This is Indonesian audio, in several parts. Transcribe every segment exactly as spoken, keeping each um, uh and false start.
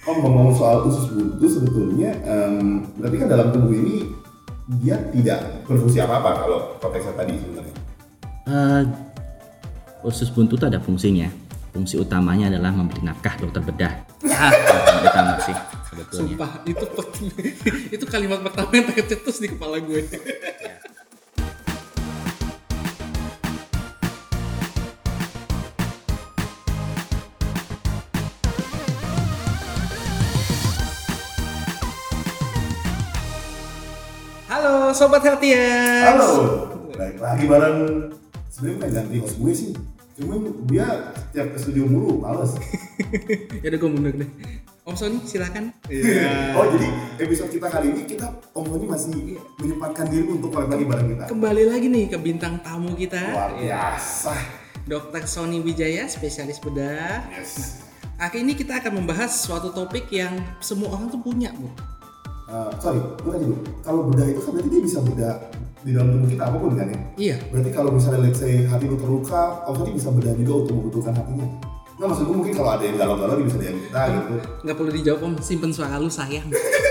Om ngomong soal usus buntu sebetulnya, um, berarti kan dalam tubuh ini dia tidak berfungsi apa-apa kalau konteksnya tadi sebenarnya. Uh, usus buntu itu ada fungsinya. Fungsi utamanya adalah memberi nafkah dokter bedah. Ah, yang utama sih sebetulnya. Sumpah, itu itu kalimat pertama yang tercetus di kepala gue. Halo Sobat Healthiers. Halo, baik lagi bareng. Sebenarnya pengen ganti host gue sih, cuman dia tiap ke studio mulu, males. Ya udah gue mundur deh. Om Sony silakan. Yeah. Oh jadi episode kita kali ini kita Om Sony masih menyempatkan diri untuk balik lagi bareng kita. Kembali lagi nih ke bintang tamu kita. Luar biasa. dokter Sony Wijaya, spesialis bedah. Yes. Nah, hari ini kita akan membahas suatu topik yang semua orang tuh punya, Bu. Uh, sorry, gue tanya dulu. Kalau bedah itu kan berarti dia bisa bedah di dalam tubuh kita apapun kan ya? Iya. Berarti kalau misalnya let's say hati lu terluka, Om Sony bisa bedah juga untuk membutuhkan hatinya. Nah maksud gue mungkin kalau ada yang galau-galau dia bisa diam kita gitu. Nggak perlu dijawab Om, simpen suara lu sayang.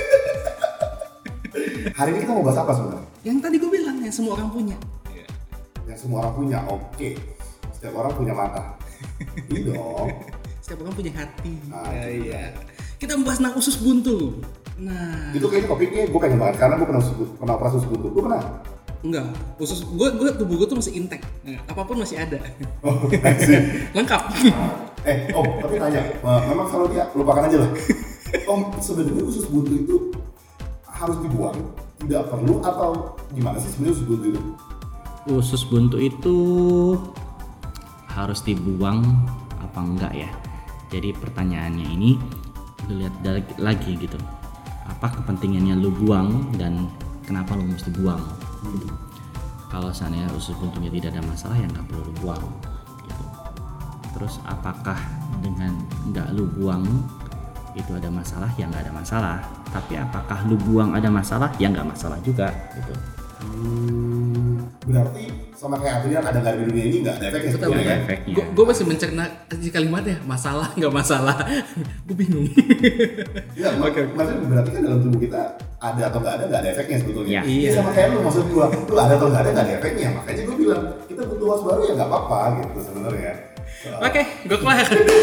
Hari ini kita mau bahas apa sebenarnya? Yang tadi gue bilang, yang semua orang punya. Yang semua orang punya, oke. Setiap orang punya mata. Iya dong. Setiap orang punya hati. Nah, ya, iya. Kita membahas tentang usus buntu. Nah, itu kayaknya topiknya gue pengen banget karena gue pernah pernah operasi usus buntu. Lu pernah? Enggak, usus gue gue tubuh gue tuh masih intact. Nah, apapun masih ada. Oh, sih. Lengkap. Eh, Om, tapi tanya, memang kalau dia lupakan aja lah. Om, sebenarnya usus buntu itu harus dibuang, tidak perlu atau gimana sih sebenarnya usus buntu itu? Usus buntu itu harus dibuang apa enggak ya? Jadi pertanyaannya ini lihat lagi gitu. Apa kepentingannya lu buang dan kenapa lu mesti buang? Gitu. Kalau seandainya usus buntunya tidak ada masalah ya nggak perlu lu buang. Gitu. Terus apakah dengan nggak lu buang itu ada masalah? Ya nggak ada masalah. Tapi apakah lu buang ada masalah? Ya nggak masalah juga. Gitu. Hmm, berarti sama kayak Adrian ada nggak di dunia ini nggak ada efeknya? Betul, kan? Efeknya. Gue masih mencerna di kalimatnya masalah nggak masalah. Gue bingung. Ya, Oke. maksudnya berarti kan dalam tubuh kita ada atau nggak ada nggak ada efeknya sebetulnya. Ya. Iya. Sama kayak lu maksud gua, lu ada atau nggak ada nggak ada efeknya. Makanya gua bilang kita butuh host baru ya nggak apa-apa gitu sebenarnya. Oke, okay, gue kelar.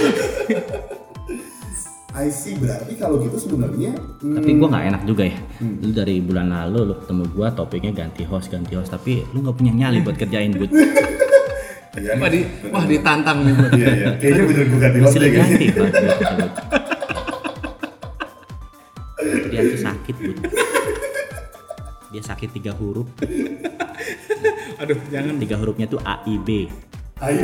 I see, berarti kalau gitu sebenarnya. Hmm, Tapi gue nggak enak juga ya. Hmm. Lu dari bulan lalu lu ketemu gue topiknya ganti host ganti host, tapi lu nggak punya nyali buat kerjain Bud. Iya, wah, di, wah ditantang nih Bud. Iya iya. Kayaknya bener gue ganti host Masih deh. ganti Bud. Dia tuh sakit Bud. Dia sakit tiga huruf. Aduh, jangan. Tiga hurufnya tuh A I B. Ayo.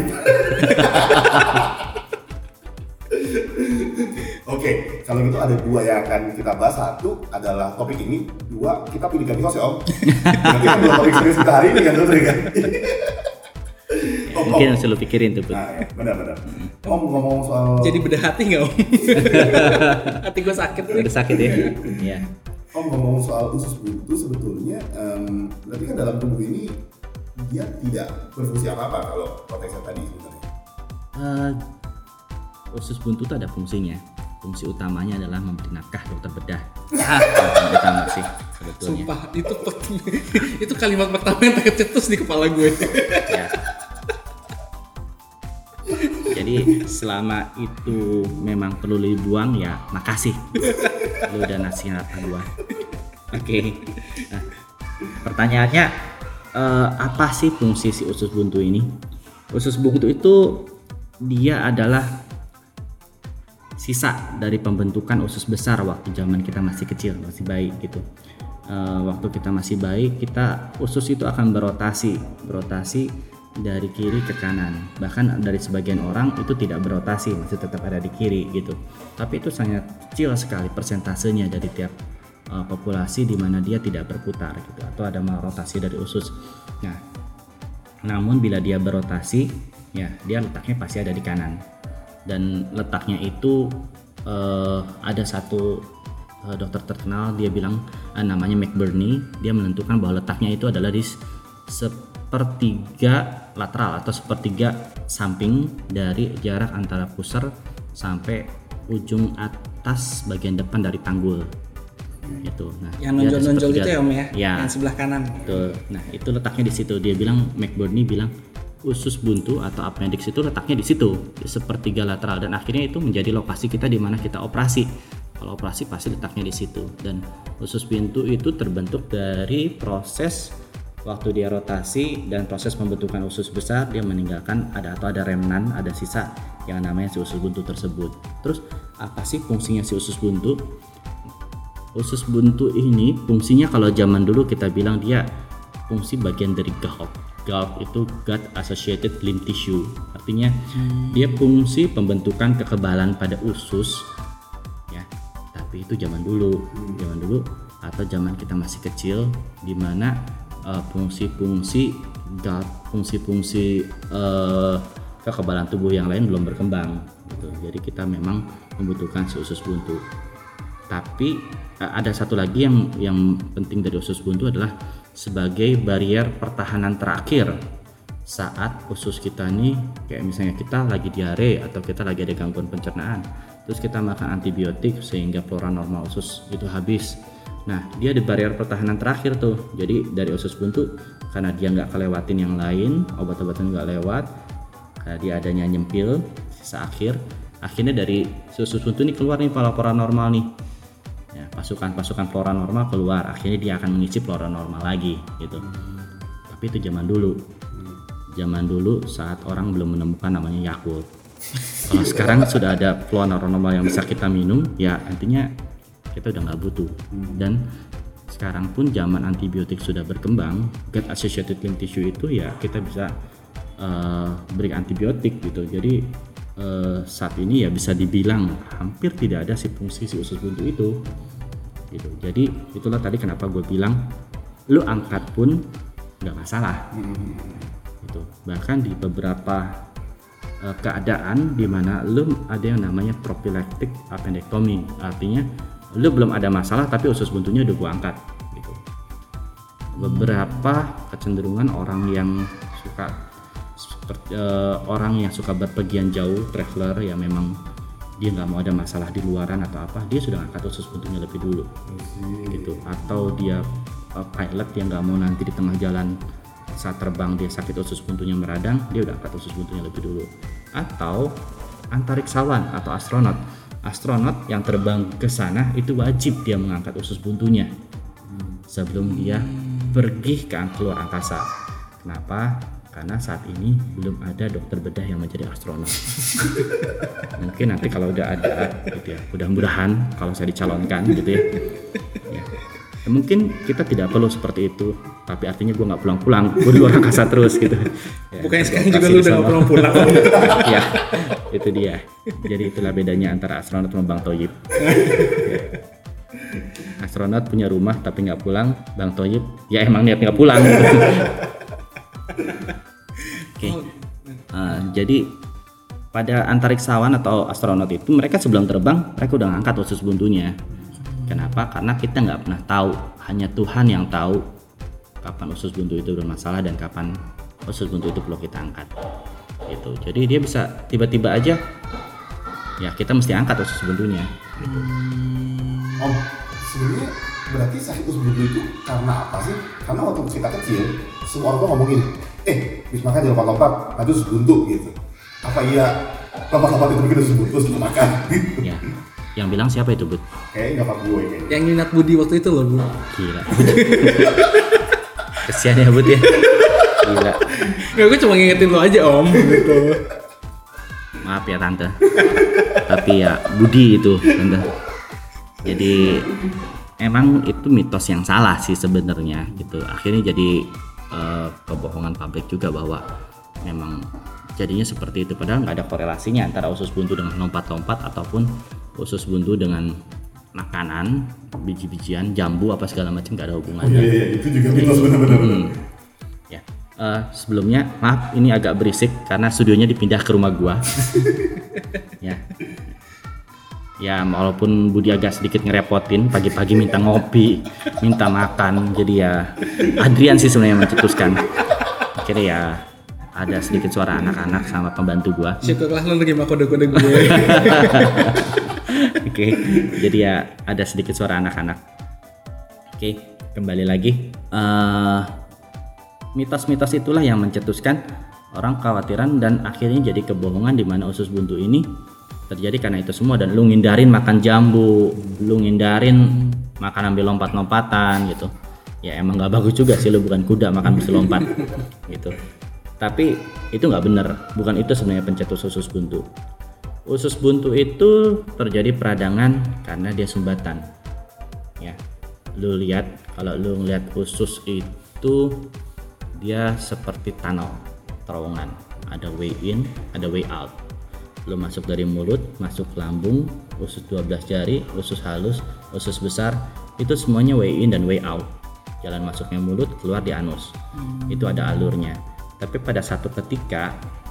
Oke, kalau gitu ada dua yang akan kita bahas. Satu adalah topik ini, dua kita pilih ganti host ya Om. Berarti kan dua topik serius kita hari ini kan betul kan? Mungkin harus lu pikirin tuh Bud. Nah, ya, benar-benar. Om ngomong soal. Jadi bedah hati nggak Om? Hati gue sakit nih. Udah sakit ya? Iya. Om ngomong soal usus buntu sebetulnya, um, berarti kan dalam tubuh ini dia tidak berfungsi apa-apa kalau konteksnya tadi sebenarnya. Uh, usus buntu itu ada fungsinya. Fungsi utamanya adalah memberi nafkah dokter bedah. Ah, yang utama sih sebetulnya. Sumpah, itu itu kalimat pertama yang tercetus di kepala gue. Ya. Jadi selama itu memang perlu dibuang ya makasih. Lu udah nasihat gua. Oke. Okay. Nah, pertanyaannya uh, apa sih fungsi si usus buntu ini? Usus buntu itu dia adalah sisa dari pembentukan usus besar waktu zaman kita masih kecil, masih bayi gitu. Uh, waktu kita masih bayi, kita usus itu akan berotasi, berotasi dari kiri ke kanan. Bahkan dari sebagian orang itu tidak berotasi, masih tetap ada di kiri gitu. Tapi itu sangat kecil sekali persentasenya dari tiap uh, populasi di mana dia tidak berputar gitu atau ada malrotasi dari usus. Nah, namun bila dia berotasi, ya dia letaknya pasti ada di kanan. Dan letaknya itu uh, ada satu uh, dokter terkenal, dia bilang uh, namanya McBurney, dia menentukan bahwa letaknya itu adalah di sepertiga lateral atau sepertiga samping dari jarak antara pusar sampai ujung at, atas bagian depan dari panggul itu. Nah, Yang dia ada nonjol-nonjol gitu sepertiga- ya Om ya? Ya. Yang sebelah kanan. Betul. Nah, itu letaknya di situ. Dia bilang, McBurney bilang usus buntu atau appendix itu letaknya di situ, di sepertiga lateral, dan akhirnya itu menjadi lokasi kita di mana kita operasi. Kalau operasi pasti letaknya di situ. Dan usus buntu itu terbentuk dari proses waktu dia rotasi dan proses pembentukan usus besar, dia meninggalkan ada atau ada remnan, ada sisa yang namanya si usus buntu tersebut. Terus apa sih fungsinya si usus buntu? Usus buntu ini fungsinya kalau zaman dulu kita bilang dia fungsi bagian dari gulf. Gulf itu gut associated limb tissue. Artinya hmm. dia fungsi pembentukan kekebalan pada usus ya. Tapi itu zaman dulu, zaman dulu atau zaman kita masih kecil di mana uh, fungsi-fungsi gulf, fungsi-fungsi uh, kekebalan tubuh yang lain belum berkembang gitu. Jadi kita memang membutuhkan si usus buntu. Tapi ada satu lagi yang yang penting dari usus buntu adalah sebagai barrier pertahanan terakhir saat usus kita nih, kayak misalnya kita lagi diare atau kita lagi ada gangguan pencernaan, terus kita makan antibiotik sehingga flora normal usus itu habis. Nah, dia ada barrier pertahanan terakhir tuh. Jadi dari usus buntu, karena dia nggak kelewatin yang lain, obat-obatan nggak lewat, karena dia adanya nyempil sisa akhir, akhirnya dari usus buntu ini keluar nih flora normal nih. Ya, pasukan-pasukan flora normal keluar, akhirnya dia akan mengisi flora normal lagi gitu. Tapi itu zaman dulu. Zaman dulu saat orang belum menemukan namanya Yakult. Kalau sekarang sudah ada flora normal yang bisa kita minum, ya artinya kita udah nggak butuh. Dan sekarang pun zaman antibiotik sudah berkembang, gut associated limb tissue itu ya kita bisa uh, beri antibiotik gitu. Jadi Uh, saat ini ya bisa dibilang hampir tidak ada si fungsi si usus buntu itu gitu. Jadi itulah tadi kenapa gue bilang lu angkat pun nggak masalah gitu. Bahkan di beberapa uh, keadaan di mana lu ada yang namanya prophylactic appendectomy, artinya lu belum ada masalah tapi usus buntunya udah gue angkat gitu. Beberapa kecenderungan orang yang suka seperti, uh, orang yang suka berpergian jauh, traveler yang memang dia nggak mau ada masalah di luaran atau apa, dia sudah angkat usus buntunya lebih dulu gitu. Atau dia uh, pilot yang nggak mau nanti di tengah jalan saat terbang dia sakit usus buntunya meradang, dia udah angkat usus buntunya lebih dulu. Atau antariksawan atau astronot astronot yang terbang ke sana itu wajib dia mengangkat usus buntunya sebelum dia pergi ke luar angkasa. Kenapa? Karena saat ini belum ada dokter bedah yang menjadi astronot. Mungkin nanti kalau udah ada gitu ya, mudah-mudahan kalau saya dicalonkan gitu ya, ya. Ya mungkin kita tidak perlu seperti itu, tapi artinya gue nggak pulang-pulang, gue di luar angkasa terus gitu ya. Bukannya sekarang juga lu udah nggak pulang-pulang. Ya itu dia. Jadi itulah bedanya antara astronot sama Bang Thoyib ya. Astronot punya rumah tapi nggak pulang, Bang Thoyib ya emang niat nggak pulang gitu. Oke, okay. uh, jadi pada antariksawan atau astronot itu mereka sebelum terbang mereka udah ngangkat usus buntunya. Kenapa? Karena kita nggak pernah tahu, hanya Tuhan yang tahu kapan usus buntu itu bermasalah dan kapan usus buntu itu perlu kita angkat. Gitu. Jadi dia bisa tiba-tiba aja, ya kita mesti angkat usus buntunya. Gitu. Om, sebenarnya berarti sakit usus buntu itu karena apa sih? Karena waktu kita kecil semua orang tuh ngomongin, eh, bis makan jangan lompat-lompat, nanti usus buntu gitu. Apa iya lompat-lompat itu bikin usus buntu terus makan? Ya, yang bilang siapa itu, Bud? Kayaknya nyokap gue kayaknya. Yang nyunat Budi waktu itu loh, Bu. Gila. Kesian ya, Bud ya. Gila. Nggak, gue cuma ngingetin lo aja, Om. Gitu. Maaf ya Tante. Tapi ya Budi itu, Tante. Jadi emang itu mitos yang salah sih sebenarnya gitu. Akhirnya jadi uh, kebohongan publik juga bahwa memang jadinya seperti itu, padahal nggak ada korelasinya antara usus buntu dengan lompat-lompat ataupun usus buntu dengan makanan, biji-bijian, jambu apa segala macam, nggak ada hubungannya. Oh, iya, iya, itu juga mitos benar-benar. Hmm. Ya, uh, sebelumnya maaf ini agak berisik karena studionya dipindah ke rumah gua. Ya. Ya walaupun Budi agak sedikit ngerepotin, pagi-pagi minta ngopi, minta makan, jadi ya Adrian sih sebenarnya mencetuskan. Akhirnya ya ada sedikit suara anak-anak sama pembantu gua. Syukurlah lo nerima kode-kode gue. Oke, jadi ya ada sedikit suara anak-anak. Oke, kembali lagi. Uh, mitos-mitos itulah yang mencetuskan orang khawatiran dan akhirnya jadi kebohongan di mana usus buntu ini terjadi karena itu semua. Dan lu ngindarin makan jambu, lu ngindarin makan ambil lompat-lompatan gitu. Ya emang nggak bagus juga sih, lu bukan kuda makan bisa lompat gitu. Tapi itu nggak benar, bukan itu sebenarnya pencetus usus buntu. Usus buntu itu terjadi peradangan karena dia sumbatan. Ya, lu lihat kalau lu ngeliat usus itu dia seperti tunnel, terowongan. Ada way in, ada way out. Lu masuk dari mulut, masuk lambung, usus dua belas jari, usus halus, usus besar, itu semuanya way in dan way out. Jalan masuknya mulut, keluar di anus. Hmm. Itu ada alurnya. Tapi pada satu ketika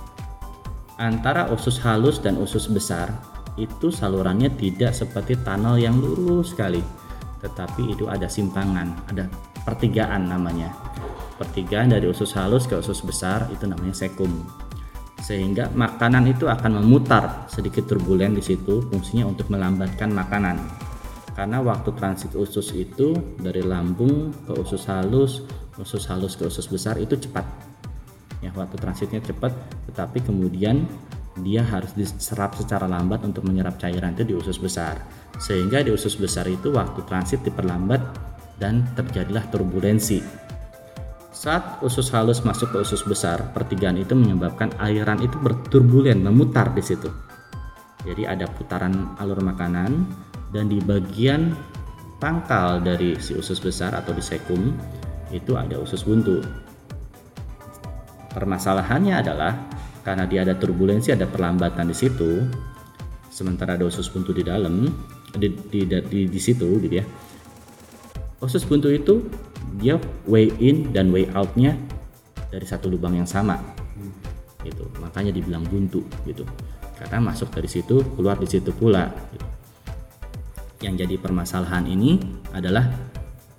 antara usus halus dan usus besar itu salurannya tidak seperti tunnel yang lurus sekali, tetapi itu ada simpangan, ada pertigaan namanya. Pertigaan dari usus halus ke usus besar itu namanya sekum. Sehingga makanan itu akan memutar, sedikit turbulen di situ, fungsinya untuk melambatkan makanan. Karena waktu transit usus itu dari lambung ke usus halus, usus halus ke usus besar itu cepat. Ya, waktu transitnya cepat, tetapi kemudian dia harus diserap secara lambat untuk menyerap cairan itu di usus besar. Sehingga di usus besar itu waktu transit diperlambat dan terjadilah turbulensi. Saat usus halus masuk ke usus besar, pertigaan itu menyebabkan aliran itu berturbulen, memutar di situ. Jadi ada putaran alur makanan dan di bagian pangkal dari si usus besar atau di sekum itu ada usus buntu. Permasalahannya adalah karena dia ada turbulensi, ada perlambatan di situ, sementara ada usus buntu di dalam, di di di, di situ gitu ya. Usus buntu itu dia way in dan way out-nya dari satu lubang yang sama. Gitu. Makanya dibilang buntu gitu. Karena masuk dari situ, keluar di situ pula. Gitu. Yang jadi permasalahan ini adalah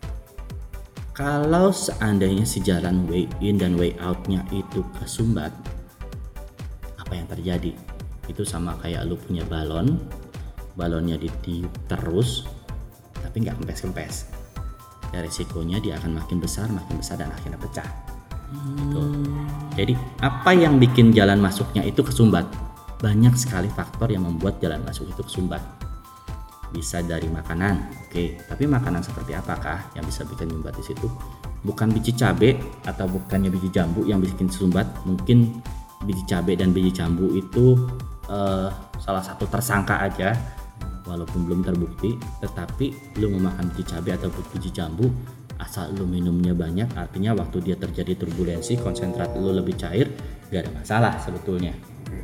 kalau seandainya si jalan way in dan way out-nya itu kesumbat, apa yang terjadi? Itu sama kayak lu punya balon, balonnya ditiup terus, tapi nggak kempes-kempes. Ya, resikonya dia akan makin besar, makin besar dan akhirnya pecah. Hmm. Gitu. Jadi apa yang bikin jalan masuknya itu kesumbat? Banyak sekali faktor yang membuat jalan masuk itu kesumbat. Bisa dari makanan, oke. Tapi makanan seperti apakah yang bisa bikin sumbat di situ? Bukan biji cabai atau bukannya biji jambu yang bikin sumbat. Mungkin biji cabai dan biji jambu itu uh, salah satu tersangka aja, walaupun belum terbukti. Tetapi lu memakan biji cabai atau biji jambu, asal lu minumnya banyak, artinya waktu dia terjadi turbulensi, konsentrat lu lebih cair, gak ada masalah sebetulnya.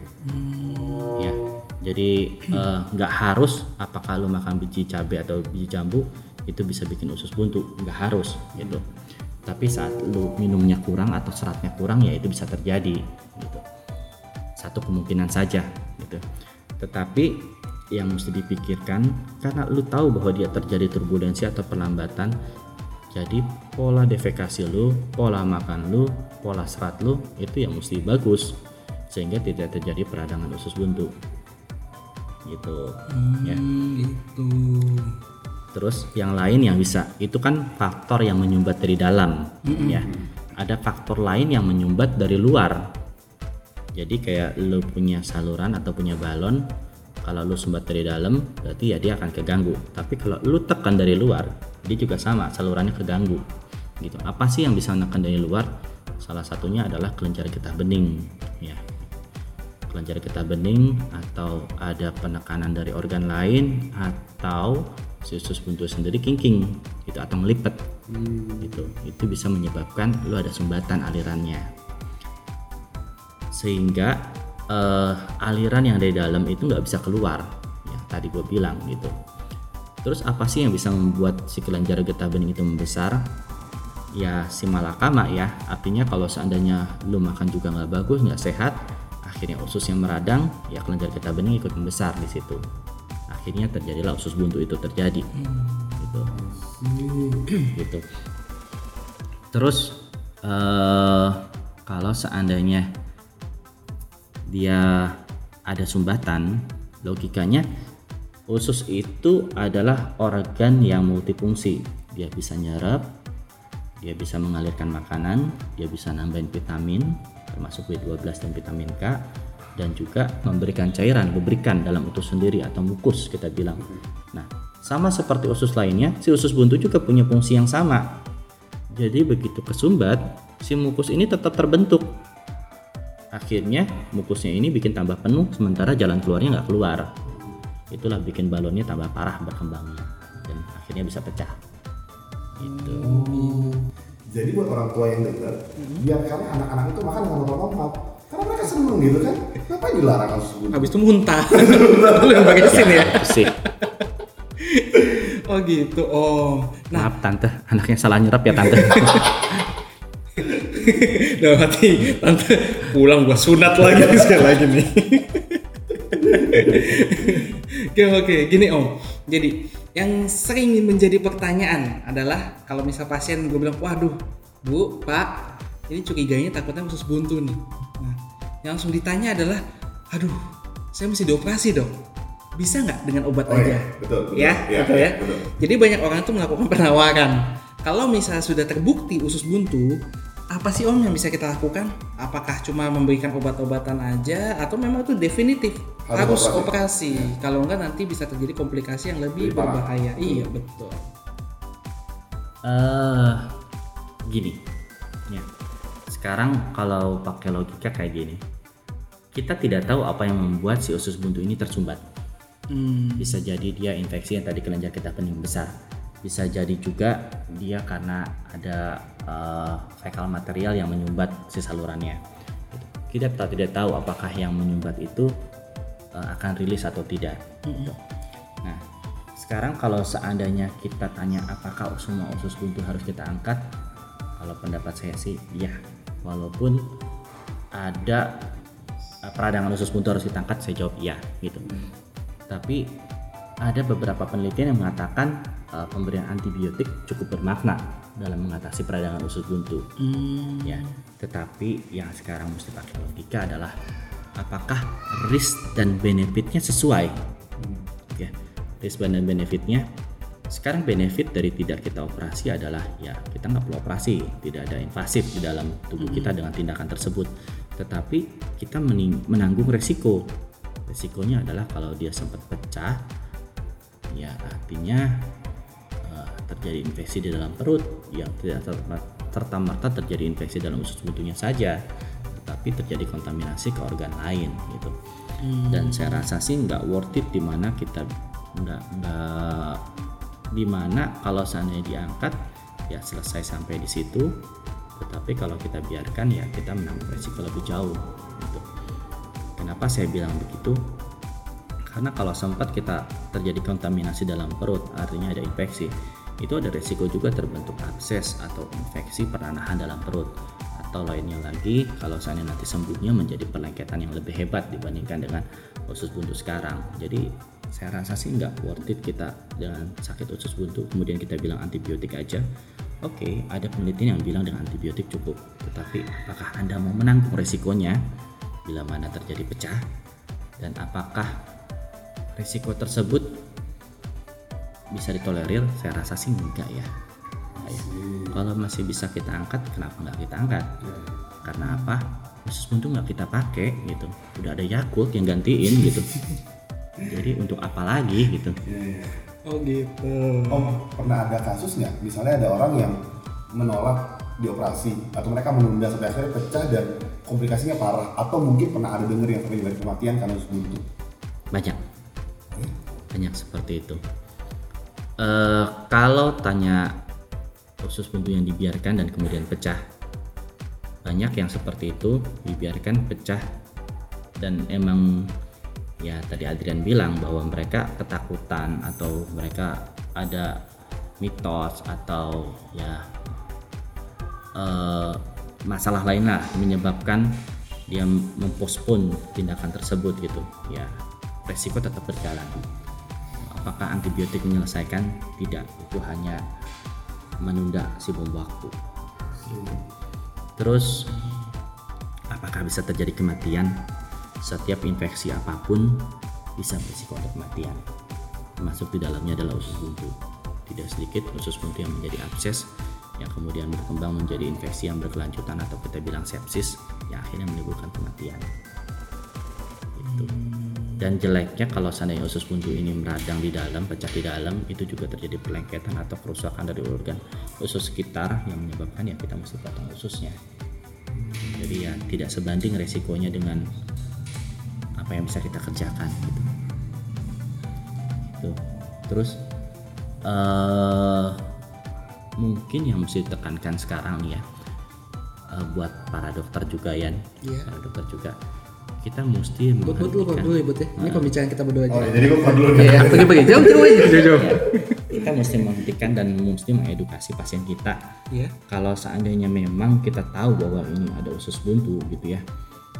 Hmm. Ya. Jadi nggak uh, harus apakah lu makan biji cabai atau biji jambu itu bisa bikin usus buntu, nggak harus gitu. Tapi saat lu minumnya kurang atau seratnya kurang ya itu bisa terjadi gitu. Satu kemungkinan saja gitu. Tetapi yang mesti dipikirkan karena lu tahu bahwa dia terjadi turbulensi atau perlambatan, jadi pola defekasi lu, pola makan lu, pola serat lu itu yang mesti bagus sehingga tidak terjadi peradangan usus buntu. Gitu hmm, ya. Itu. Terus yang lain yang bisa itu kan faktor yang menyumbat dari dalam, mm-hmm. ya. Ada faktor lain yang menyumbat dari luar. Jadi kayak lu punya saluran atau punya balon, kalau lu sumbat dari dalam, berarti ya dia akan keganggu. Tapi kalau lu tekan dari luar, dia juga sama, salurannya keganggu. Gitu. Apa sih yang bisa menekan dari luar? Salah satunya adalah kelenjar getah bening, ya. Kelenjar getah bening atau ada penekanan dari organ lain atau si usus buntu sendiri kingking gitu atau melipet hmm. gitu, itu bisa menyebabkan lu ada sumbatan alirannya sehingga uh, aliran yang dari dalam itu nggak bisa keluar ya tadi gue bilang gitu. Terus apa sih yang bisa membuat si kelenjar getah bening itu membesar? Ya si malakama ya, artinya kalau seandainya lu makan juga nggak bagus, nggak sehat, akhirnya usus yang meradang, ya kelenjar getah bening ikut membesar di situ. Akhirnya terjadilah usus buntu itu terjadi. Hmm. Gitu. Hmm. Gitu. Terus uh, kalau seandainya dia ada sumbatan, logikanya Usus itu adalah organ yang multifungsi. Dia bisa nyerap, dia bisa mengalirkan makanan, dia bisa nambahin vitamin termasuk B dua belas dan vitamin K, dan juga memberikan cairan, lubrikan dalam usus sendiri atau mukus kita bilang. Nah, sama seperti usus lainnya, si usus buntu juga punya fungsi yang sama. Jadi begitu kesumbat, si mukus ini tetap terbentuk. Akhirnya mukusnya ini bikin tambah penuh, sementara jalan keluarnya nggak keluar. Itulah bikin balonnya tambah parah berkembangnya dan akhirnya bisa pecah. Gitu. Oh. Jadi buat orang tua yang dengar, hmm. biarkan anak-anak itu makan dengan normal-normal. Karena mereka seneng gitu kan. Ngapain dilarang usus buntu? Habis itu muntah. Lu yang pakai mesin ya? Sih. Oh gitu. Oh. Nah, maaf tante, anaknya salah nyerap ya tante. Udah mati, tante pulang gua sunat lagi sekali lagi nih. Oke oke, gini Om. Jadi yang sering menjadi pertanyaan adalah kalau misal pasien gue bilang, waduh, Bu, Pak, ini curiganya takutnya usus buntu nih. Nah, yang langsung ditanya adalah, aduh, saya mesti dioperasi dong. Bisa nggak dengan obat oh, aja? Iya, betul, betul. Ya, ya, betul ya. Betul. Jadi banyak orang tuh melakukan penawaran. Kalau misalnya sudah terbukti usus buntu, apa sih Om yang bisa kita lakukan? Apakah cuma memberikan obat-obatan aja atau memang itu definitif harus, harus operasi? operasi. Ya. Kalau enggak nanti bisa terjadi komplikasi yang lebih, lebih berbahaya. Hmm. Iya betul. Uh, gini, ya. Sekarang kalau pakai logika kayak gini, kita tidak tahu apa yang membuat si usus buntu ini tersumbat. Hmm. Bisa jadi dia infeksi yang tadi kelenjar getah bening besar. Bisa jadi juga dia karena ada uh, fekal material yang menyumbat si salurannya. Kita tidak tahu apakah yang menyumbat itu uh, akan rilis atau tidak. Mm-hmm. Nah, sekarang kalau seandainya kita tanya apakah semua usus buntu harus kita angkat, kalau pendapat saya sih iya. Walaupun ada uh, peradangan usus buntu harus kita angkat, saya jawab iya gitu. Mm-hmm. Tapi ada beberapa penelitian yang mengatakan uh, pemberian antibiotik cukup bermakna dalam mengatasi peradangan usus buntu. Hmm. Ya, tetapi yang sekarang mesti pakai logika adalah apakah risk dan benefitnya sesuai? Hmm. Ya, risk dan benefitnya. Sekarang benefit dari tidak kita operasi adalah ya kita nggak perlu operasi, tidak ada invasif di dalam tubuh hmm. kita dengan tindakan tersebut. Tetapi kita mening- menanggung resiko. Resikonya adalah kalau dia sempat pecah, ya artinya uh, terjadi infeksi di dalam perut yang tidak serta-merta terjadi infeksi dalam usus buntunya saja, tetapi terjadi kontaminasi ke organ lain gitu. Hmm. Dan saya rasa sih nggak worth it di mana kita nggak nggak di mana kalau seandainya diangkat ya selesai sampai di situ, tetapi kalau kita biarkan ya kita menanggung resiko lebih jauh gitu. Kenapa saya bilang begitu? Karena kalau sempat kita terjadi kontaminasi dalam perut, artinya ada infeksi, itu ada resiko juga terbentuk abses atau infeksi pernanahan dalam perut. Atau lainnya lagi, kalau seandainya nanti sembuhnya menjadi perlengketan yang lebih hebat dibandingkan dengan usus buntu sekarang. Jadi saya rasa sih nggak worth it kita dengan sakit usus buntu kemudian kita bilang antibiotik aja. Oke, okay, ada penelitian yang bilang dengan antibiotik cukup. Tetapi apakah Anda mau menanggung resikonya bila mana terjadi pecah? Dan apakah risiko tersebut bisa ditolerir? Saya rasa sih enggak ya. Nah, ya. Kalau masih bisa kita angkat, kenapa enggak kita angkat? Karena apa? Usus buntu enggak kita pakai gitu. Udah ada Yakult yang gantiin gitu. Jadi untuk apa lagi gitu? Oh gitu. Om, pernah ada kasus nggak? Misalnya ada orang yang menolak dioperasi atau mereka menunda sampai akhirnya pecah dan komplikasinya parah, atau mungkin pernah ada dengar yang terjadi kematian karena usus buntu? Banyak. Banyak seperti itu. Uh, kalau tanya usus buntu yang dibiarkan dan kemudian pecah, banyak yang seperti itu dibiarkan pecah dan emang ya tadi Adrian bilang bahwa mereka ketakutan atau mereka ada mitos atau ya uh, masalah lain lah menyebabkan dia mempospon tindakan tersebut gitu. Ya resiko tetap berjalan. Apakah antibiotik menyelesaikan? Tidak, itu hanya menunda si bom waktu. Terus apakah bisa terjadi kematian? Setiap infeksi apapun bisa berisiko untuk kematian. termasuk di dalamnya adalah usus buntu. Tidak sedikit usus buntu yang menjadi abses, yang kemudian berkembang menjadi infeksi yang berkelanjutan atau kita bilang sepsis, yang akhirnya menimbulkan kematian. Itu. Dan jeleknya kalau seandainya usus buntu ini meradang di dalam, pecah di dalam, itu juga terjadi perlengketan atau kerusakan dari organ usus sekitar yang menyebabkan ya kita mesti potong ususnya. Jadi ya tidak sebanding resikonya dengan apa yang bisa kita kerjakan gitu. Itu. Terus uh, mungkin yang mesti ditekankan sekarang nih ya, uh, buat para dokter juga ya, yeah. para dokter juga, kita mesti Buat buat dulu, buat dulu ya, buat ya. Ini pembicaraan kita berdua aja. Oh, jadi gue dulu nih. Iya, pergi-pergi. Jauh, jauh aja, jauh, jauh. Kita mesti menghentikan dan mesti mengedukasi pasien kita. Iya. Kalau seandainya memang kita tahu bahwa ini ada usus buntu gitu ya,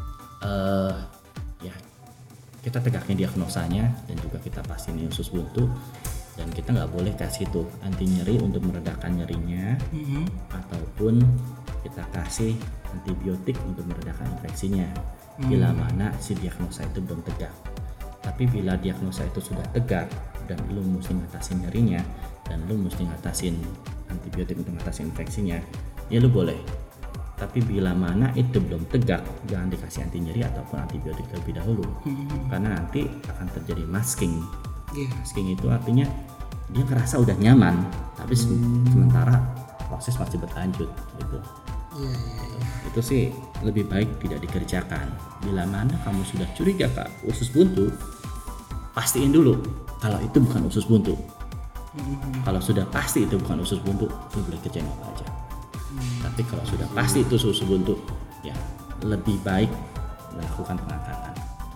uh, ya kita tegakkan diagnosanya dan juga kita pastiin ini usus buntu, dan kita nggak boleh kasih tuh anti nyeri untuk meredakan nyerinya, mm-hmm. ataupun kita kasih antibiotik untuk meredakan infeksinya. Bila mana si diagnosa itu belum tegak. Tapi bila diagnosa itu sudah tegak dan lu mesti ngatasin nyerinya dan lu mesti ngatasin antibiotik untuk ngatasin infeksinya, ya lu boleh. Tapi bila mana itu belum tegak, jangan dikasih anti nyeri ataupun antibiotik terlebih dahulu. Hmm. Karena nanti akan terjadi masking. Yeah. Masking itu artinya dia ngerasa udah nyaman, tapi hmm. sementara proses masih berlanjut gitu. Yeah, yeah, yeah. Itu sih lebih baik tidak dikerjakan. Bila mana kamu sudah curiga kak usus buntu, pastiin dulu kalau itu bukan usus buntu. Mm-hmm. Kalau sudah pasti itu bukan usus buntu, lu boleh kerjain apa aja. Mm. Tapi kalau sudah pasti itu usus buntu, ya lebih baik melakukan pengangkatan.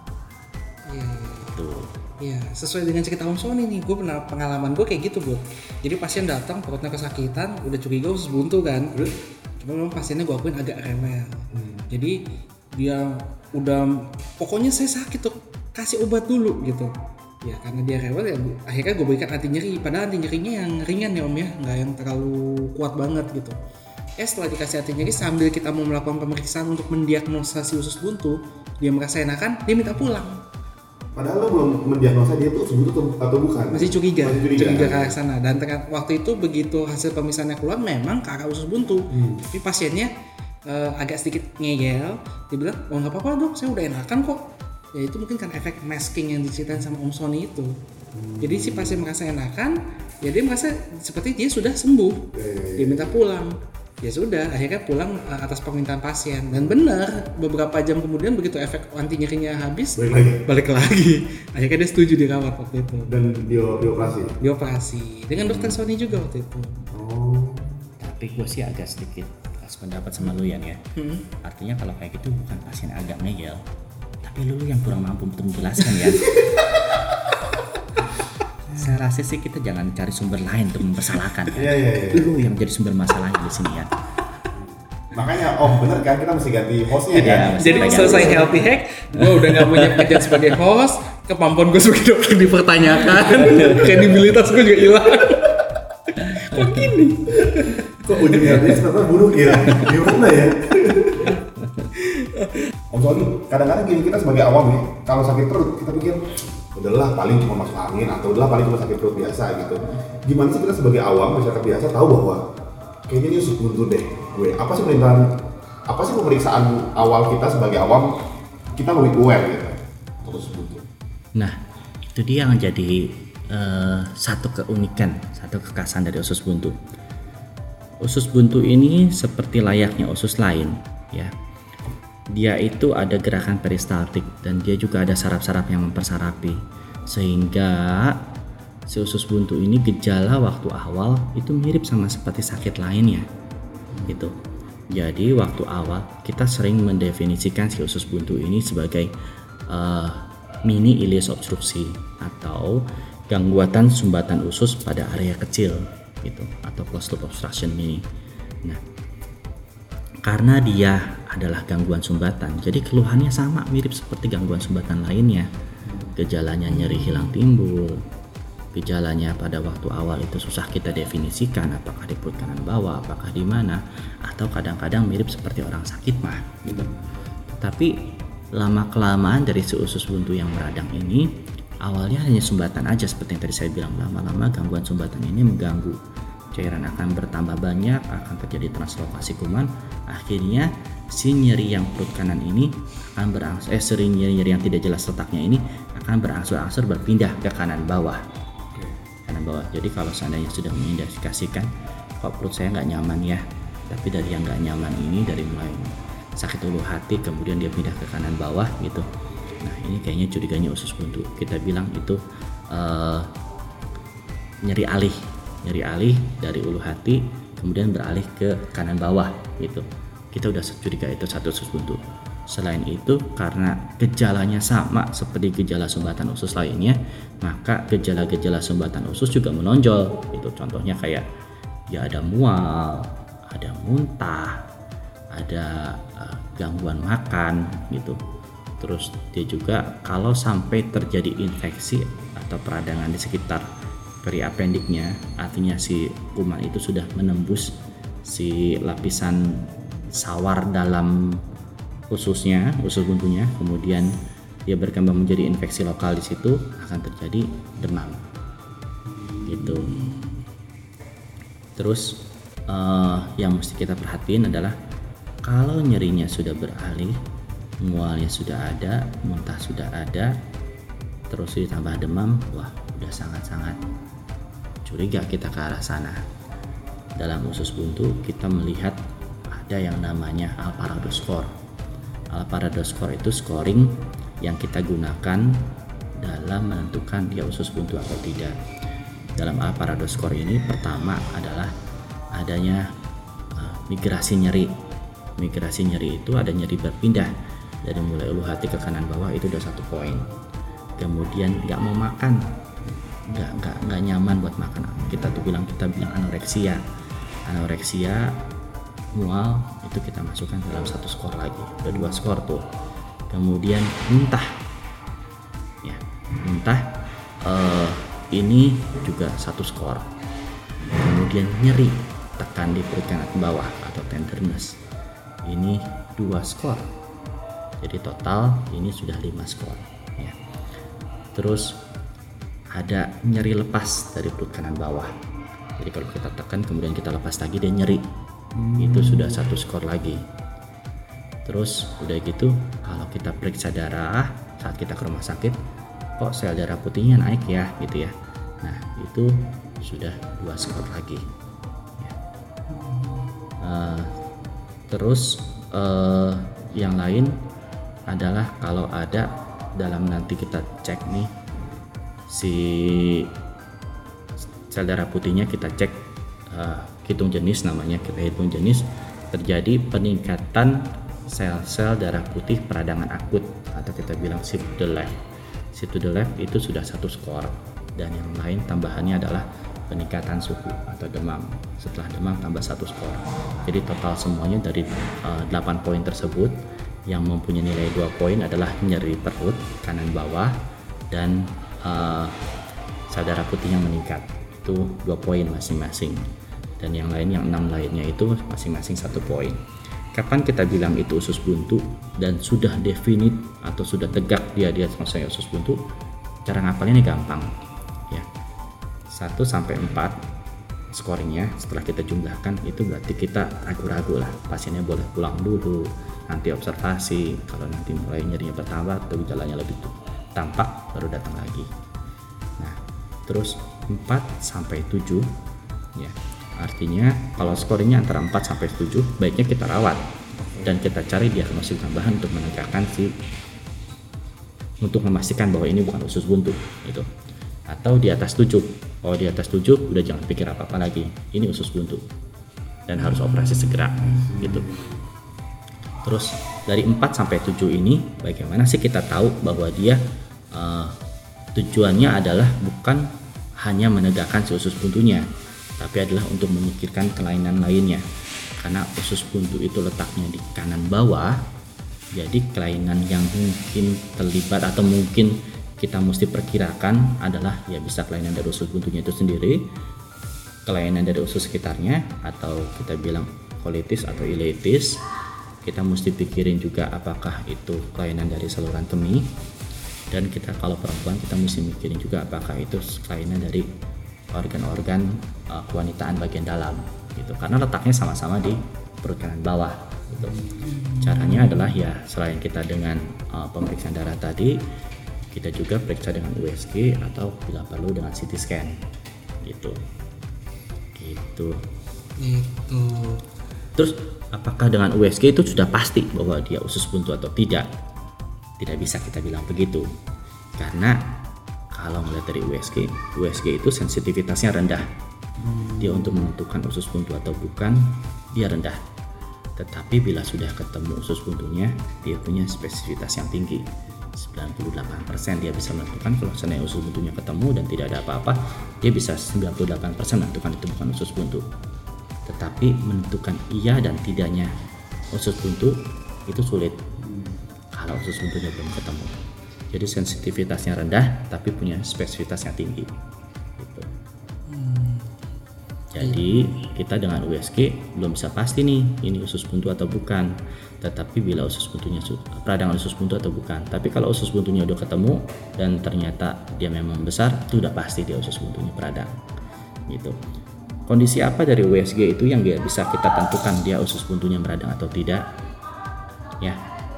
Iya. Yeah. Tuh. Iya, sesuai dengan cerita Om Sony nih, gue pernah pengalaman gue kayak gitu, Bu. Jadi pasien datang perutnya kesakitan, udah curiga usus buntu kan. Cuma memang pasiennya gue akuin agak rewel. Hmm. Jadi dia udah pokoknya saya sakit tuh, kasih obat dulu gitu. Ya karena dia rewel ya akhirnya gue berikan anti nyeri, padahal anti nyerinya yang ringan ya Om ya, nggak yang terlalu kuat banget gitu. Eh setelah dikasih anti nyeri sambil kita mau melakukan pemeriksaan untuk mendiagnosa si usus buntu, dia merasa enakan, dia minta pulang. Padahal lo belum mendiagnosa dia tuh usus buntu atau bukan? Masih curiga, Masih curiga, curiga ke arah sana. Dan ter- waktu itu begitu hasil pemeriksaannya keluar memang ke arah usus buntu. Hmm. Tapi pasiennya uh, agak sedikit ngeyel, dia bilang, oh nggak apa-apa dok, saya udah enakan kok. Ya itu mungkin kan efek masking yang diceritain sama Om Sony itu. Hmm. Jadi si pasien merasa enakan, ya dia merasa seperti dia sudah sembuh. Eh. Dia minta pulang. Ya sudah, akhirnya pulang uh, atas permintaan pasien. Dan benar, beberapa jam kemudian begitu efek anti nyerinya habis, balik lagi. Balik lagi. Akhirnya dia setuju dirawat waktu itu. Dan di, dioperasi? Dioperasi. Dengan dokter Sony juga waktu itu. Oh. Tapi gue sih agak sedikit sependapat sama lu Yan ya. Hmm. Artinya kalau kayak gitu bukan pasien agak ngeyel, tapi lu yang kurang mampu untuk menjelaskan ya. Saya rasa sih kita jangan cari sumber lain untuk mempersalahkan kan. Iya, iya, iya. Lu yang jadi sumber masalahnya di sini ya. Makanya om bener kan kita mesti ganti hostnya ya, kan. Jadi selesai healthy hack, gue udah nggak punya pekerjaan sebagai host, kemampuan gue sebagai dokter dipertanyakan, kredibilitas gue juga hilang. Kok gini? Kok ujungnya ternyata buruk ya? Gimana ya? Om Sony, kadang-kadang gini kita sebagai awam nih, kalau sakit perut kita pikir udahlah paling cuma masuk angin atau udahlah paling cuma sakit perut biasa gitu. Gimana sih kita sebagai awam masyarakat biasa tahu bahwa kayaknya ini usus buntu deh gue. Apa sih pemeriksaan apa sih pemeriksaan awal kita sebagai awam kita lebih aware gitu usus buntu. Nah, itu dia yang jadi uh, satu keunikan, satu kekhasan dari usus buntu. Usus buntu ini seperti layaknya usus lain ya. Dia itu ada gerakan peristaltik dan dia juga ada saraf-saraf yang mempersarapi, sehingga si usus buntu ini gejala waktu awal itu mirip sama seperti sakit lainnya gitu. Jadi waktu awal kita sering mendefinisikan si usus buntu ini sebagai uh, mini ileus obstruksi atau gangguan sumbatan usus pada area kecil gitu, atau closed loop obstruction mini. Nah, karena dia adalah gangguan sumbatan, jadi keluhannya sama mirip seperti gangguan sumbatan lainnya. Gejalanya nyeri hilang timbul, gejalanya pada waktu awal itu susah kita definisikan apakah di perut kanan bawah, apakah di mana, atau kadang-kadang mirip seperti orang sakit mah gitu. Tapi lama kelamaan dari si usus buntu yang meradang ini awalnya hanya sumbatan aja seperti yang tadi saya bilang, lama-lama gangguan sumbatan ini mengganggu, cairan akan bertambah banyak, akan terjadi translokasi kuman, akhirnya si nyeri yang perut kanan ini akan berangsur eh sering nyeri-nyeri yang tidak jelas letaknya ini akan berangsur-angsur berpindah ke kanan bawah. Kanan bawah. Jadi kalau seandainya sudah mengindikasikan kok perut saya nggak nyaman ya, tapi dari yang nggak nyaman ini dari mulai sakit ulu hati kemudian dia pindah ke kanan bawah gitu. Nah ini kayaknya curiganya usus buntu. Kita bilang itu uh, nyeri alih, nyeri alih dari ulu hati kemudian beralih ke kanan bawah gitu. Kita udah curiga itu satu usus buntu. Selain itu karena gejalanya sama seperti gejala sumbatan usus lainnya, maka gejala-gejala sumbatan usus juga menonjol. Itu contohnya kayak ya ada mual, ada muntah, ada uh, gangguan makan gitu. Terus dia juga kalau sampai terjadi infeksi atau peradangan di sekitar periapendiknya, artinya si kuman itu sudah menembus si lapisan sawar dalam ususnya, usus buntunya, kemudian dia berkembang menjadi infeksi lokal di situ, akan terjadi demam gitu. Terus uh, yang mesti kita perhatiin adalah kalau nyerinya sudah beralih, mualnya sudah ada, muntah sudah ada, terus ditambah demam, wah udah sangat-sangat curiga kita ke arah sana. Dalam usus buntu kita melihat ada yang namanya Alvarado score. Alvarado score itu scoring yang kita gunakan dalam menentukan dia usus buntu atau tidak. Dalam Alvarado score ini pertama adalah adanya uh, migrasi nyeri. Migrasi nyeri itu ada nyeri berpindah dari mulai ulu hati ke kanan bawah, itu udah satu poin. Kemudian nggak mau makan, nggak nggak nggak nyaman buat makan. Kita tuh bilang kita bilang anoreksia. Anoreksia mual itu kita masukkan dalam satu skor lagi, ada dua skor tuh. Kemudian muntah, ya muntah uh, ini juga satu skor. Kemudian nyeri, tekan di perut kanan bawah atau tenderness, ini dua skor. Jadi total ini sudah lima skor. Ya. Terus ada nyeri lepas dari perut kanan bawah. Jadi kalau kita tekan kemudian kita lepas lagi dia nyeri. Itu sudah satu skor lagi. Terus udah gitu kalau kita periksa darah saat kita ke rumah sakit, kok sel darah putihnya naik ya gitu ya. Nah itu sudah dua skor lagi ya. uh, Terus uh, yang lain adalah kalau ada dalam nanti kita cek nih si sel darah putihnya, kita cek uh, hitung jenis, namanya kita hitung jenis, terjadi peningkatan sel-sel darah putih peradangan akut atau kita bilang C to the left. C to the left itu sudah satu skor, dan yang lain tambahannya adalah peningkatan suhu atau demam. Setelah demam tambah satu skor. Jadi total semuanya dari uh, delapan poin tersebut yang mempunyai nilai dua poin adalah nyeri perut kanan bawah dan uh, sel darah putih yang meningkat, itu dua poin masing-masing. Dan yang lain, yang enam lainnya itu masing-masing satu poin. Kapan kita bilang itu usus buntu dan sudah definit atau sudah tegak dia dia maksudnya usus buntu? Cara ngapalnya ini gampang ya. satu sampai empat scoringnya setelah kita jumlahkan itu berarti kita ragu-ragu lah, pasiennya boleh pulang dulu, nanti observasi. Kalau nanti mulai nyerinya bertambah atau gejalanya lebih tampak baru datang lagi. Nah, terus empat sampai tujuh ya. Artinya kalau scoringnya antara empat sampai tujuh, baiknya kita rawat dan kita cari diagnosis tambahan untuk menegakkan si untuk memastikan bahwa ini bukan usus buntu gitu. Atau di atas tujuh. Kalau di atas tujuh udah jangan pikir apa-apa lagi. Ini usus buntu dan harus operasi segera gitu. Terus dari empat sampai tujuh ini bagaimana sih kita tahu bahwa dia uh, tujuannya adalah bukan hanya menegakkan si usus buntunya, tapi adalah untuk memikirkan kelainan lainnya. Karena usus buntu itu letaknya di kanan bawah, jadi kelainan yang mungkin terlibat atau mungkin kita mesti perkirakan adalah ya bisa kelainan dari usus buntunya itu sendiri, kelainan dari usus sekitarnya, atau kita bilang kolitis atau ileitis. Kita mesti pikirin juga apakah itu kelainan dari saluran kemih, Dan kita kalau perempuan kita mesti mikirin juga apakah itu kelainan dari organ-organ uh, kewanitaan bagian dalam gitu, karena letaknya sama-sama di perut kanan bawah gitu. Caranya adalah ya selain kita dengan uh, pemeriksaan darah tadi, kita juga periksa dengan U S G atau bila perlu dengan C T scan gitu. Gitu. Itu. Terus apakah dengan U S G itu sudah pasti bahwa dia usus buntu atau tidak? Tidak bisa kita bilang begitu, karena kalau melihat dari U S G, U S G itu sensitivitasnya rendah. Dia untuk menentukan usus buntu atau bukan, dia rendah. Tetapi bila sudah ketemu usus buntunya, dia punya spesifitas yang tinggi. sembilan puluh delapan persen dia bisa menentukan kalau seandainya usus buntunya ketemu dan tidak ada apa-apa, dia bisa sembilan puluh delapan persen menentukan itu bukan usus buntu. Tetapi menentukan iya dan tidaknya usus buntu itu sulit kalau usus buntunya belum ketemu. Jadi sensitivitasnya rendah tapi punya spesifitas yang tinggi gitu. Hmm. Jadi kita dengan U S G belum bisa pasti nih ini usus buntu atau bukan. Tetapi bila usus buntunya peradangan usus buntu atau bukan. Tapi kalau usus buntunya udah ketemu dan ternyata dia memang besar, itu udah pasti dia usus buntunya peradang gitu. Kondisi apa dari U S G itu yang bisa kita tentukan dia usus buntunya meradang atau tidak? Ya,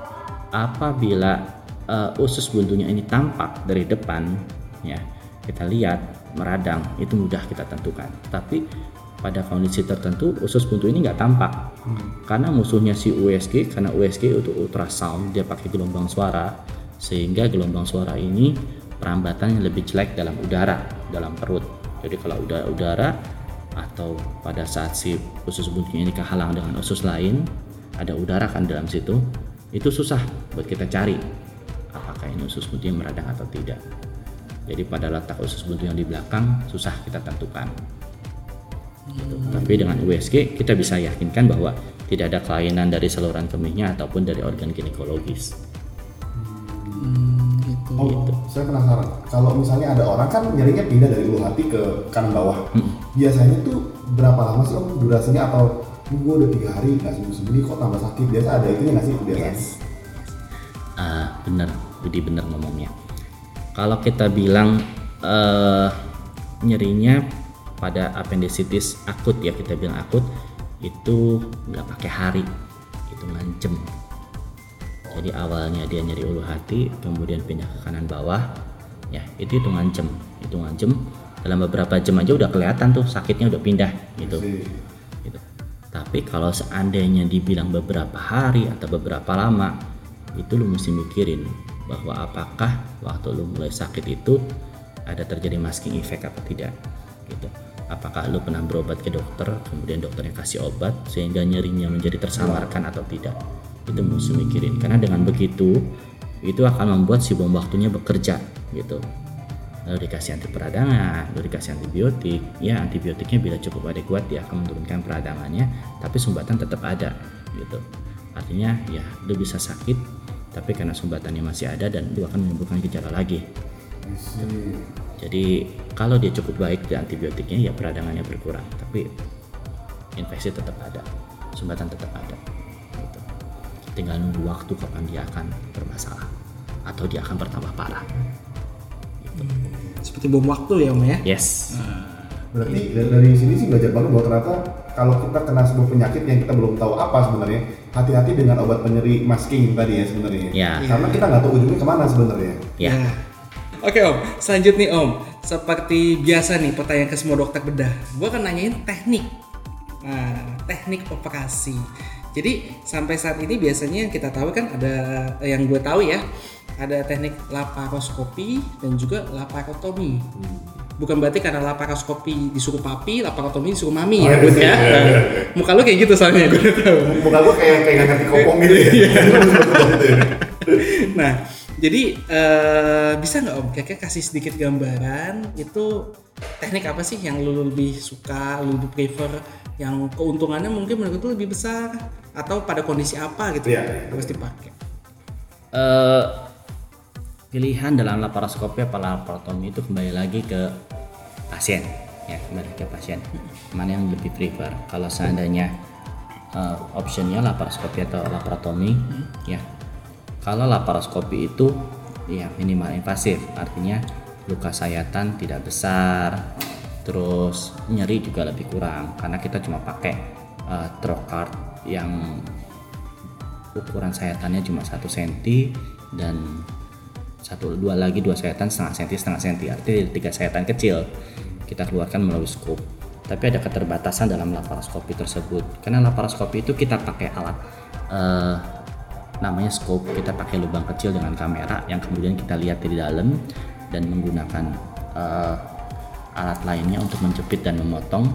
apabila uh, usus buntunya ini tampak dari depan, ya kita lihat meradang, itu mudah kita tentukan. Tapi pada kondisi tertentu usus buntu ini nggak tampak, hmm. karena musuhnya si U S G, karena U S G itu ultrasound, dia pakai gelombang suara, sehingga gelombang suara ini perambatannya lebih jelek dalam udara, dalam perut. Jadi kalau udah udara atau pada saat si usus buntunya ini kehalang dengan usus lain, ada udara kan dalam situ, itu susah buat kita cari apakah ini usus buntu yang meradang atau tidak. Jadi pada letak usus buntu yang di belakang susah kita tentukan gitu. Hmm. Tapi dengan U S G kita bisa yakinkan bahwa tidak ada kelainan dari saluran kemihnya ataupun dari organ ginekologis. Hmm, gitu. Oh, gitu. Saya penasaran. Kalau misalnya ada orang kan nyerinya pindah dari ulu hati ke kanan bawah, hmm. biasanya tuh berapa lama sih om durasinya, atau gue udah tiga hari nggak sembuh-sembuh ini kok tambah sakit? Biasa ada itunya nggak sih biasanya? Yes. Uh, bener, Budi bener ngomongnya. Kalau kita bilang uh, nyerinya pada appendicitis akut, ya kita bilang akut, itu nggak pakai hari, hitungan jam. Jadi awalnya dia nyeri ulu hati, kemudian pindah ke kanan bawah, ya itu hitungan jam, hitungan jam. Dalam beberapa jam aja udah kelihatan tuh sakitnya udah pindah gitu. gitu. Tapi kalau seandainya dibilang beberapa hari atau beberapa lama, itu lu mesti mikirin bahwa apakah waktu lu mulai sakit itu ada terjadi masking effect atau tidak gitu. Apakah lu pernah berobat ke dokter, kemudian dokternya kasih obat sehingga nyerinya menjadi tersamarkan atau tidak. Itu mesti mikirin, karena dengan begitu itu akan membuat si bom waktunya bekerja gitu. Lalu dikasih anti peradangan, lalu dikasih antibiotik. Ya antibiotiknya bila cukup adekuat dia akan menurunkan peradangannya, tapi sumbatan tetap ada gitu. Artinya ya lu bisa sakit, tapi karena sumbatannya masih ada dan itu akan menimbulkan gejala lagi. Jadi kalau dia cukup baik di antibiotiknya ya peradangannya berkurang, tapi infeksi tetap ada, sumbatan tetap ada. Gitu. Tinggal nunggu waktu kapan dia akan bermasalah atau dia akan bertambah parah. Gitu. Seperti bom waktu ya om ya? Yes. Berarti dari, dari sini sih belajar banget bahwa ternyata kalau kita kena sebuah penyakit yang kita belum tahu apa sebenarnya, hati-hati dengan obat penyeri masking tadi ya sebenarnya. Ya. Karena kita nggak tahu ujungnya kemana sebenarnya. Ya. ya. Oke om, selanjutnya om, seperti biasa nih pertanyaan ke semua dokter bedah, gue akan nanyain teknik, nah, teknik operasi. Jadi sampai saat ini biasanya yang kita tahu kan ada, yang gue tahu ya, ada teknik laparoskopi dan juga laparotomi. Bukan berarti karena laparoskopi disuruh papi, laparotomi disuruh mami ya, oh, ya. ya. Muka lu kayak gitu soalnya gue tahu. Muka gue kayak kayak nggak ngerti kopong gitu ya. Nah, jadi uh, bisa nggak om, kayaknya kasih sedikit gambaran itu teknik apa sih yang lu lebih suka, lu lebih prefer, yang keuntungannya mungkin menurut lu lebih besar, atau pada kondisi apa gitu yeah. harus dipakai? Uh, pilihan dalam laparoskopi apa laparotomi itu kembali lagi ke pasien, ya kembali ke pasien. Mana yang lebih prefer? Kalau seandainya uh, optionnya laparoskopi atau laparotomi, hmm. ya. Kalau laparoskopi itu ya minimal invasif, artinya luka sayatan tidak besar, terus nyeri juga lebih kurang karena kita cuma pakai uh, trocar yang ukuran sayatannya cuma satu senti dan satu dua lagi dua sayatan setengah senti setengah senti, artinya tiga sayatan kecil kita keluarkan melalui scope. Tapi ada keterbatasan dalam laparoskopi tersebut karena laparoskopi itu kita pakai alat uh, namanya scope, kita pakai lubang kecil dengan kamera yang kemudian kita lihat di dalam dan menggunakan uh, alat lainnya untuk menjepit dan memotong,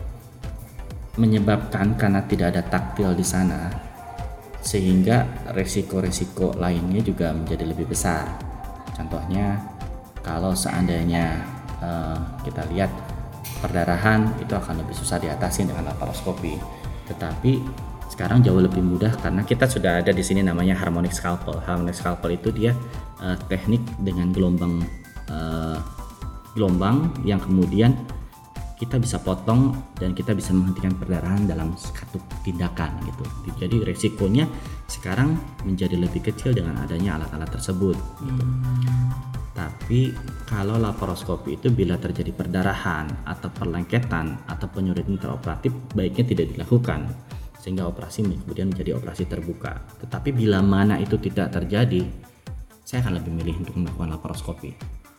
menyebabkan karena tidak ada taktil di sana sehingga resiko-resiko lainnya juga menjadi lebih besar. Contohnya kalau seandainya uh, kita lihat perdarahan itu akan lebih susah diatasi dengan laparoskopi. Tetapi sekarang jauh lebih mudah karena kita sudah ada di sini namanya harmonic scalpel. Harmonic scalpel itu dia uh, teknik dengan gelombang uh, gelombang yang kemudian kita bisa potong dan kita bisa menghentikan perdarahan dalam satu tindakan gitu. Jadi resikonya sekarang menjadi lebih kecil dengan adanya alat-alat tersebut. Gitu. Hmm. Tapi kalau laparoskopi itu bila terjadi perdarahan atau perlengketan atau penyulitan intraoperatif baiknya tidak dilakukan sehingga operasi kemudian menjadi operasi terbuka. Tetapi bila mana itu tidak terjadi, saya akan lebih milih untuk melakukan laparoskopi.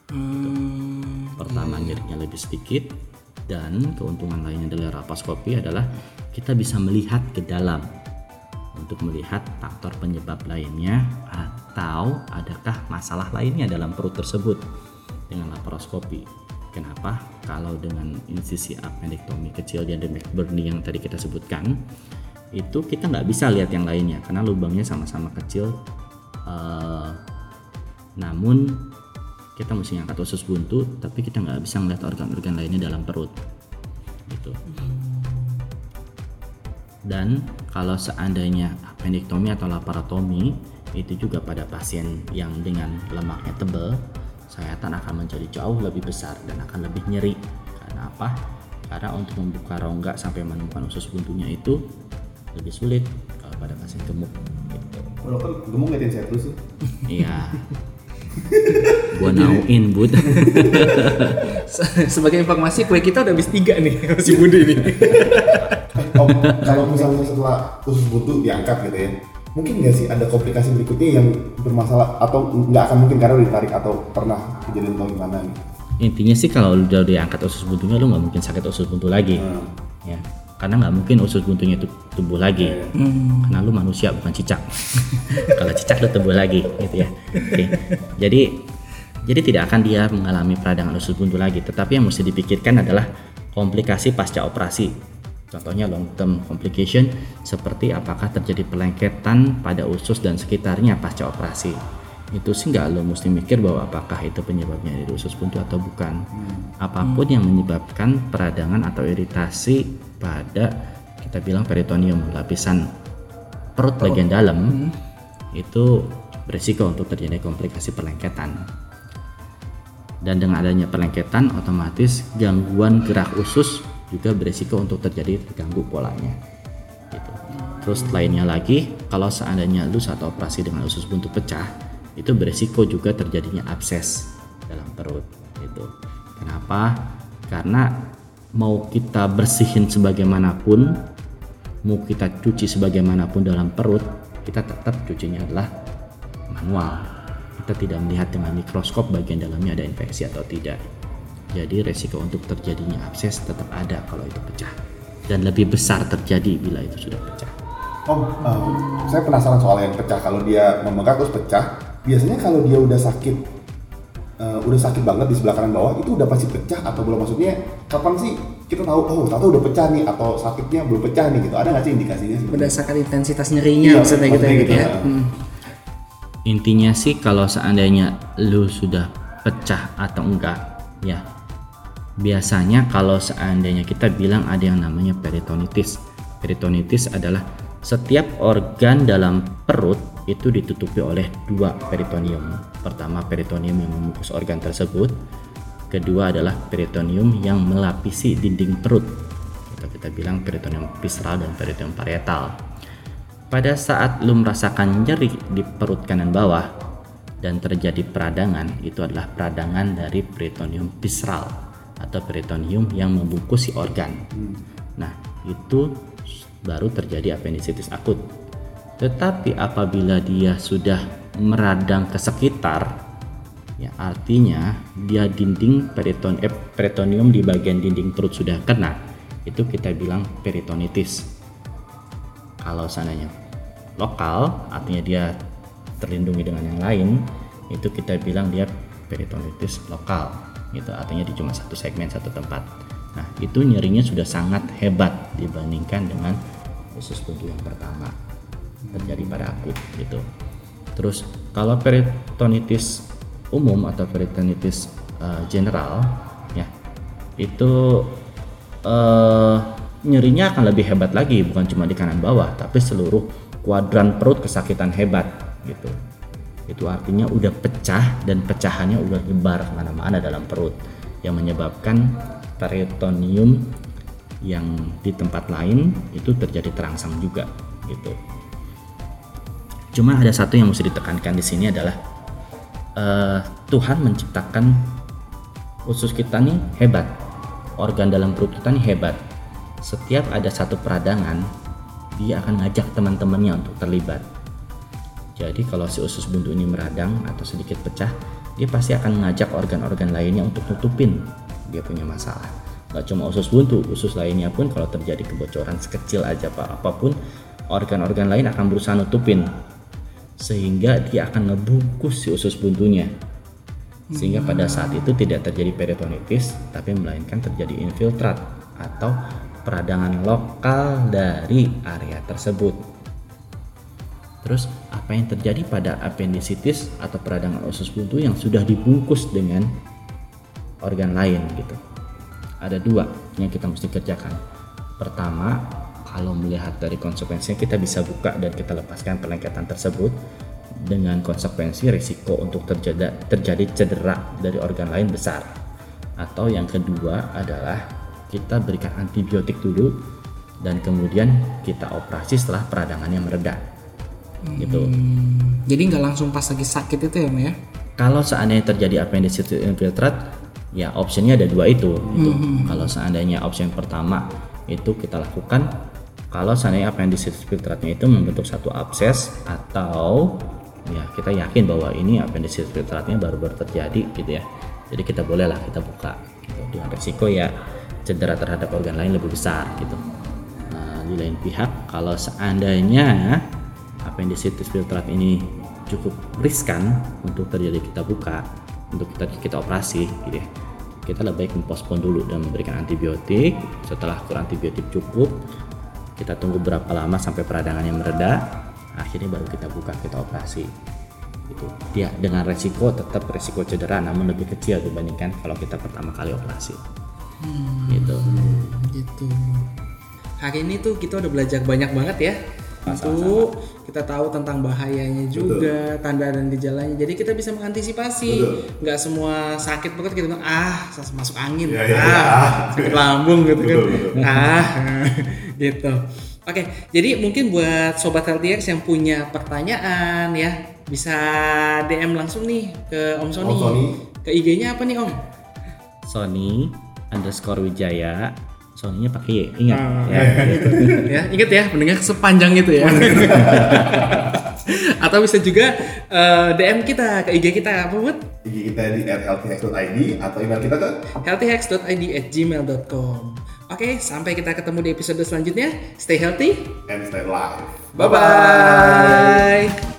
Hmm. Pertama nyerinya lebih sedikit dan keuntungan lainnya dari laparoskopi adalah kita bisa melihat ke dalam untuk melihat faktor penyebab lainnya atau adakah masalah lainnya dalam perut tersebut dengan laparoskopi. Kenapa? Kalau dengan insisi appendektomi kecil di McBurney yang tadi kita sebutkan, itu kita nggak bisa lihat yang lainnya karena lubangnya sama-sama kecil. Uh, namun kita mesti angkat usus buntu, tapi kita nggak bisa melihat organ-organ lainnya dalam perut. Gitu. Dan kalau seandainya appendektomi atau laparotomi itu juga pada pasien yang dengan lemaknya tebal, sayatan akan menjadi jauh lebih besar dan akan lebih nyeri. Karena apa? Karena untuk membuka rongga sampai menemukan usus buntunya itu lebih sulit kalau pada pasien gemuk. Gitu. Walaupun gemuk ngeliatin saya terus sih. Iya. Gua nauin bud. Sebagai informasi kue kita udah habis tiga nih masih Budi nih. Oh, kalau misalnya setelah usus buntu diangkat gitu ya, mungkin nggak sih ada komplikasi berikutnya yang bermasalah atau nggak akan mungkin karena ditarik atau pernah kejadian atau gimana nih? Intinya sih kalau udah diangkat usus buntunya lu nggak mungkin sakit usus buntu lagi, hmm. ya karena nggak mungkin usus buntunya itu tumbuh lagi, hmm. karena lu manusia bukan cicak. Kalau cicak lu tumbuh lagi, gitu ya. Oke. Jadi jadi tidak akan dia mengalami peradangan usus buntu lagi, tetapi yang mesti dipikirkan adalah komplikasi pasca operasi. Contohnya long term complication seperti apakah terjadi pelengketan pada usus dan sekitarnya pasca operasi. Itu sih nggak lo mesti mikir bahwa apakah itu penyebabnya dari usus buntu atau bukan. Hmm. Apapun hmm. yang menyebabkan peradangan atau iritasi pada kita bilang peritoneum, lapisan perut oh. bagian dalam, hmm. itu berisiko untuk terjadi komplikasi perlengketan. Dan dengan adanya perlengketan otomatis gangguan gerak usus juga berisiko untuk terjadi terganggu polanya. Gitu. Terus lainnya lagi, kalau seandainya lu saat operasi dengan usus buntu pecah, itu berisiko juga terjadinya abses dalam perut. Gitu. Kenapa? Karena mau kita bersihin sebagaimanapun, mau kita cuci sebagaimanapun dalam perut, kita tetap cucinya adalah manual. Kita tidak melihat dengan mikroskop bagian dalamnya ada infeksi atau tidak. Jadi resiko untuk terjadinya abses tetap ada kalau itu pecah dan lebih besar terjadi bila itu sudah pecah. Oh, um, saya penasaran soal yang pecah. Kalau dia membengkak terus pecah, biasanya kalau dia udah sakit, uh, udah sakit banget di sebelah kanan bawah, itu udah pasti pecah atau belum? Maksudnya kapan sih kita tahu? Oh, tahu udah pecah nih atau sakitnya belum pecah nih gitu? Ada nggak sih indikasinya? Berdasarkan intensitas nyerinya, iya, maksudnya gitu ya. Gitu ya. Hmm. Intinya sih kalau seandainya lu sudah pecah atau enggak, ya. Biasanya kalau seandainya kita bilang ada yang namanya peritonitis. Peritonitis adalah setiap organ dalam perut itu ditutupi oleh dua peritoneum. Pertama peritoneum yang membungkus organ tersebut. Kedua adalah peritoneum yang melapisi dinding perut. Atau kita bilang peritoneum visceral dan peritoneum parietal. Pada saat lu merasakan nyeri di perut kanan bawah, dan terjadi peradangan, itu adalah peradangan dari peritoneum visceral atau peritoneum yang membungkus si organ. Nah, itu baru terjadi appendicitis akut. Tetapi apabila dia sudah meradang ke sekitar, ya artinya dia dinding periton eh, peritoneum di bagian dinding perut sudah kena, itu kita bilang peritonitis. Kalau seandainya lokal, artinya dia terlindungi dengan yang lain, itu kita bilang dia peritonitis lokal, gitu, artinya di cuma satu segmen, satu tempat. Nah, itu nyerinya sudah sangat hebat dibandingkan dengan usus buntu yang pertama terjadi pada akut, gitu. Terus kalau peritonitis umum atau peritonitis uh, general, ya itu uh, nyerinya akan lebih hebat lagi, bukan cuma di kanan bawah, tapi seluruh kuadran perut kesakitan hebat, gitu. Itu artinya udah pecah dan pecahannya udah nyebar kemana-mana dalam perut, yang menyebabkan peritoneum yang di tempat lain itu terjadi terangsang juga, gitu. Cuma ada satu yang mesti ditekankan di sini adalah uh, Tuhan menciptakan usus kita nih hebat, organ dalam perut kita nih hebat. Setiap ada satu peradangan, dia akan ngajak teman-temannya untuk terlibat. Jadi kalau si usus buntu ini meradang atau sedikit pecah, dia pasti akan mengajak organ-organ lainnya untuk nutupin dia punya masalah. Gak cuma usus buntu, usus lainnya pun kalau terjadi kebocoran sekecil aja Pak, apapun, organ-organ lain akan berusaha nutupin, sehingga dia akan ngebungkus si usus buntunya, sehingga pada saat itu tidak terjadi peritonitis, tapi melainkan terjadi infiltrat atau peradangan lokal dari area tersebut. Terus apa yang terjadi pada appendicitis atau peradangan usus buntu yang sudah dibungkus dengan organ lain, gitu? Ada dua yang kita mesti kerjakan. Pertama, kalau melihat dari konsekuensinya, kita bisa buka dan kita lepaskan perlengketan tersebut dengan konsekuensi risiko untuk terjadi, terjadi cedera dari organ lain besar. Atau yang kedua adalah kita berikan antibiotik dulu dan kemudian kita operasi setelah peradangannya mereda, gitu. Hmm, jadi nggak langsung pas lagi sakit itu ya, Om ya? Kalau seandainya terjadi appendicitis infiltrat, ya opsinya ada dua itu, gitu. Hmm. Kalau seandainya opsi yang pertama itu kita lakukan kalau seandainya appendicitis infiltratnya itu membentuk satu abses, atau ya kita yakin bahwa ini appendicitis infiltratnya baru-baru terjadi, gitu ya. Jadi kita bolehlah kita buka, gitu. Dengan resiko ya cedera terhadap organ lain lebih besar, gitu. Nah, di lain pihak kalau seandainya appendicitis infiltrat ini cukup riskan untuk terjadi kita buka, untuk kita kita operasi, gitu ya, kita lebih baik mempospon dulu dan memberikan antibiotik. Setelah kur antibiotik cukup, kita tunggu berapa lama sampai peradangannya mereda, akhirnya baru kita buka, kita operasi, gitu. Ya, dengan resiko tetap resiko cedera, namun lebih kecil dibandingkan kalau kita pertama kali operasi. Hmm, gitu. Gitu. Hari ini tuh kita udah belajar banyak banget ya. Itu kita tahu tentang bahayanya juga, betul, tanda dan gejalanya. Jadi kita bisa mengantisipasi. Nggak semua sakit perut kita bilang ah masuk angin, ya, ya, ah ya. sakit lambung gitu, betul, kan, betul. ah gitu. Oke, jadi mungkin buat sobat Healthyx yang punya pertanyaan ya bisa D M langsung nih ke Om Sony. Om Sony. Ke I G-nya apa nih Om? Sony underscore Wijaya. Sony-nya pakai Y, ingat. Ah, ya, gitu. Ya, ingat ya, mendengar sepanjang itu ya. Atau bisa juga uh, D M kita ke I G kita apa buat? I G kita di at healthyx dot i d atau email kita ke healthyx dot i d at gmail dot com. Oke, sampai kita ketemu di episode selanjutnya. Stay healthy and stay alive. Bye bye.